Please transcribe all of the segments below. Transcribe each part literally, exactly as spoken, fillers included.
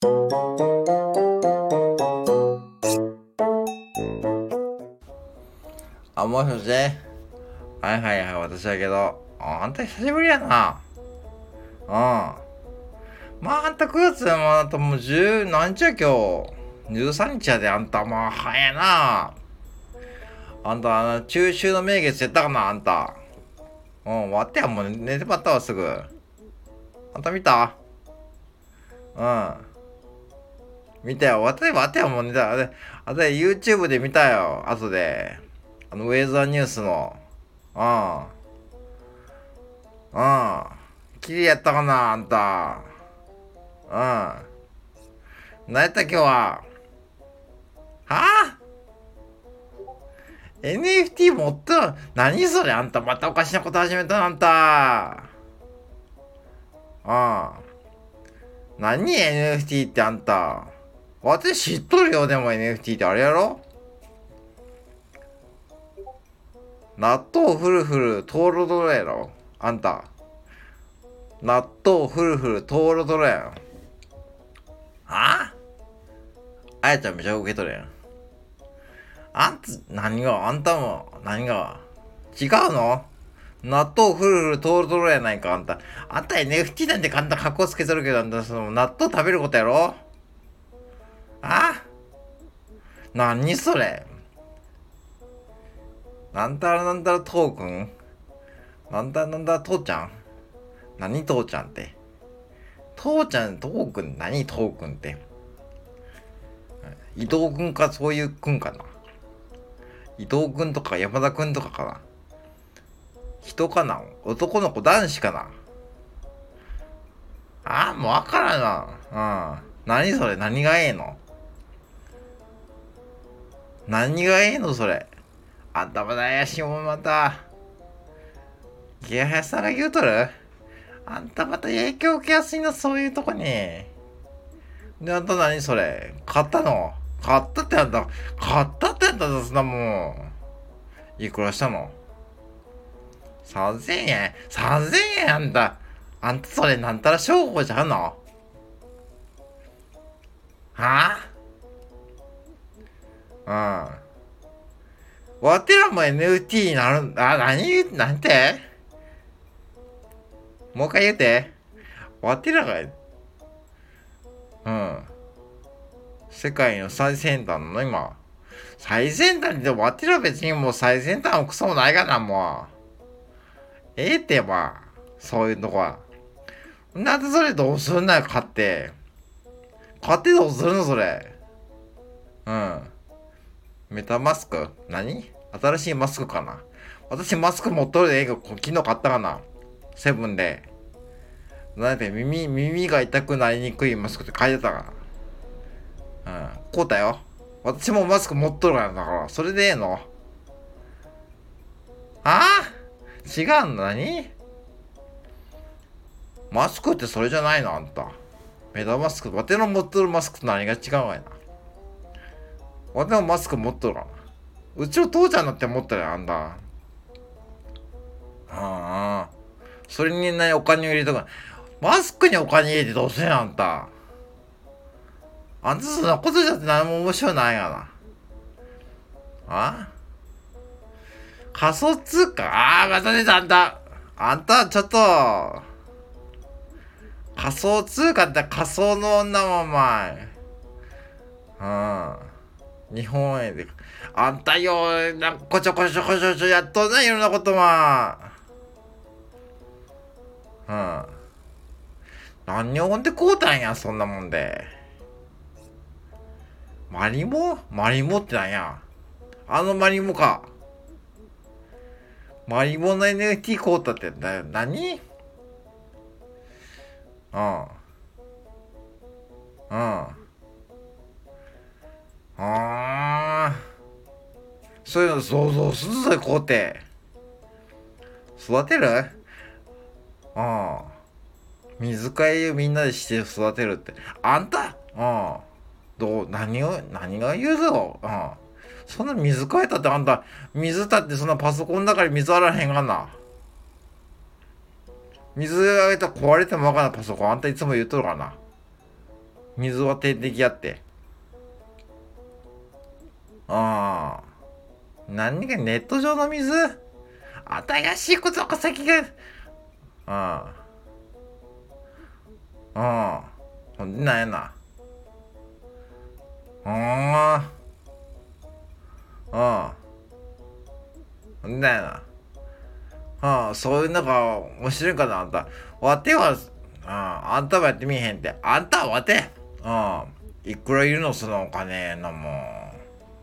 あ、もしもし。はいはいはい、私だけど。あ、あんた久しぶりやな。うん。まあ、あんたくがつやもん、あんたもうじゅう何日や今日。じゅうさんにちやで、あんた。まあ、早いな。あんた、あの、中秋の名月やったかな、あんた。うん、終わってやん、もう寝てまったわ、すぐ。あんた見た？うん。見たよ。終わったよ、終わったよ、もう寝た。あれ、あれ、YouTube で見たよ、後で。あの、ウェザーニュースの。うん。うん。綺麗やったかな、あんた。うん。何やった今日は。はぁ ?エヌエフティー 持ってる。何それあんたまたおかしなこと始めたなあんた。うん。何 エヌエフティー ってあんた。私知っとるよ、でも エヌエフティー ってあれやろ？納豆フルフルトーロドロやろあんた。納豆フルフルトーロドロやん。はぁあやちゃんめちゃ受け取れやん。あんた、何が、あんたも、何が、違うの？納豆フルフルトールトロやないか、あんた。あんた エヌエフティー なんて簡単格好つけとるけど、あんたその納豆食べることやろ？あ？何それ？なんたらなんたらトークン？なんたらなんたら父ちゃん？何父ちゃんって。父ちゃん、トークン、何トークンって。伊藤くんかそういうくんかな。伊藤くんとか山田くんとかかな。人かな？男の子男子かな？ああ、もうわからんな。うん。何それ？何がええの？何がええのそれ。あんたまだ怪しいもんまた。ゲハヤさんが言うとる？あんたまた影響受けやすいの、そういうとこに。で、あんた何それ？買ったの？買ったってあんた、買ったってあんたそんなもん。いくらしたの？ さんぜん 円？ さんぜん 円あんた。あんたそれなんたら商法じゃんの？はぁ、うん。わてらも エヌエフティー になるんだ。あ、何言う、なんて？もう一回言うて。わてらが、うん。世界の最先端の今。最先端ってわてら別にもう最先端もクソもないかな、もう。ええって、まあ。そういうとこは。なんでそれどうすんなよ、買って。買ってどうするの、それ。うん。メタマスク？何？新しいマスクかな？私マスク持っとるでええけど、昨日買ったかな？セブンで。なんて耳、耳が痛くなりにくいマスクって書いてたかな？うん。こうだよ。私もマスク持っとるからだから、それでええの？ああ違うの？何？マスクってそれじゃないのあんた。メタマスク、わての持っとるマスクと何が違うわいな。わてのマスク持っとるからな。うちの父ちゃんだって持ってるよ、あんた。ああ。それにね、お金を入れとか。マスクにお金入れてどうせんあんた。あんたそんなことじゃって何も面白いないがな。あ？仮想通貨？ああ、また出たあんた。あんた、ちょっと。仮想通貨って仮想の女もお前。うん。日本円で。あんたよ、なんかこちょこちょこちょこちょやっとんないろんなことまうん。何をほんでこうたんや、そんなもんで。マリモ？マリモってなんや。あのマリモか。マリモの エヌエフティー 買うたってな、何？うん。うん。あー。そういうの想像するぞ、こうって。育てる？うん。水替えみんなでして育てるって。あんた？うん。どう、何を、何が言うぞ。うん。そんな水替えたってあんた、水だってそんなパソコンの中に水あらへんがな。水あげたら壊れてもわからんパソコンあんたいつも言っとるからな。 水は点滴やって。ああ。何がネット上の水？新しいことか先が。ああ。ああ。ほんでなんやな。ああ。ああ。ほんでなんやな。ああ、そういうのが面白いかな、あんた。わては、ああ、あんたもやってみへんって。あんたはわて。ああ。いくらいるの、そのお金のもん。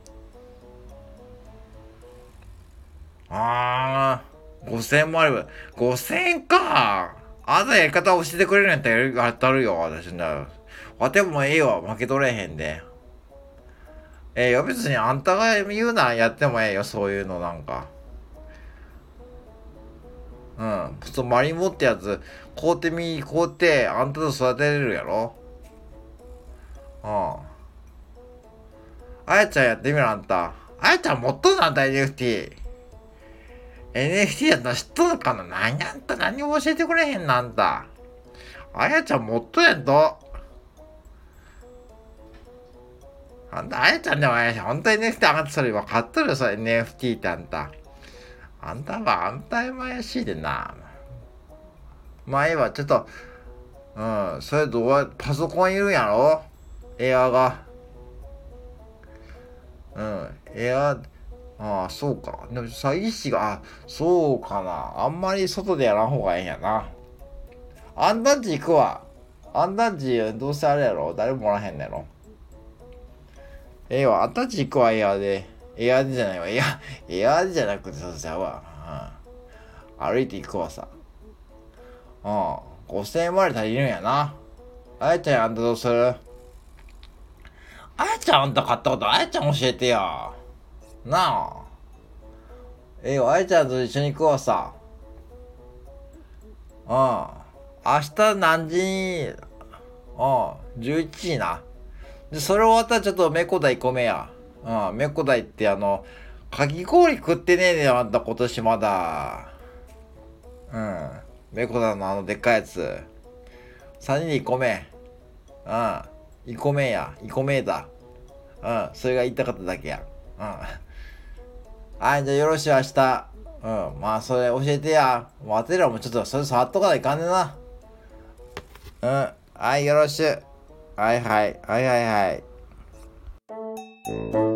ああ、ごせんもあれば、ごせんか。あんたやり方教えてくれるんやったらやる、やったるよ、私な。わてもええよ、負け取れへんで。ええよ、別にあんたが言うならやってもええよ、そういうのなんか。うん。そのマリモってやつ、買うてみ、買うて、あんたと育てれるやろ。うん。あやちゃんやってみろ、あんた。あやちゃん持っとんのあんた エヌエフティー。エヌエフティー やったら知っとんのかな。何あんた何も教えてくれへんな、あんた。あやちゃん持っとんやんと。あんた、あやちゃんでもあやちゃん、ほんと エヌエフティー 上がってそれ分かっとるよ、それ エヌエフティー ってあんた。あんたは、あんたも怪しいでな。まあ、ええわ、ちょっと、うん、それどうや、パソコンいるんやろエアーが。うん、エアー、ああ、そうか。でも、詐欺師が、あ、そうかな。あんまり外でやらん方がええんやな。あんたんち行くわ。あんたんち、どうせあれやろ誰もおらへんのやろ。ええわ、あんたんち行くわ、エアーで。エアーでじゃないわ。エア、エアーでじゃなくて、そうちゃうわ。うん。歩いて行くわさ。うん。ごせんえんまで足りるんやな。あやちゃん、あんたどうする？あやちゃん、あんた買ったこと、あやちゃん教えてや。なあ。ええよ、あやちゃんと一緒に行くわさ。うん。明日何時に、うん、じゅういちじな。で、それ終わったらちょっとめこだいこめや。うん、めこだいってあの、かき氷食ってねえねよ、あんた今年まだ。うん。めこだのあのでっかいやつ。さんにんでいこめ。うん。いこめや。いこめだ。うん。それが言いたかっただけや。うん。はい、じゃあよろしい明日。うん。まあ、それ教えてや。もうあてらもちょっとそれ触っとかないかんねんな。うん。はい、よろしゅう。はいはい。はいはいはい。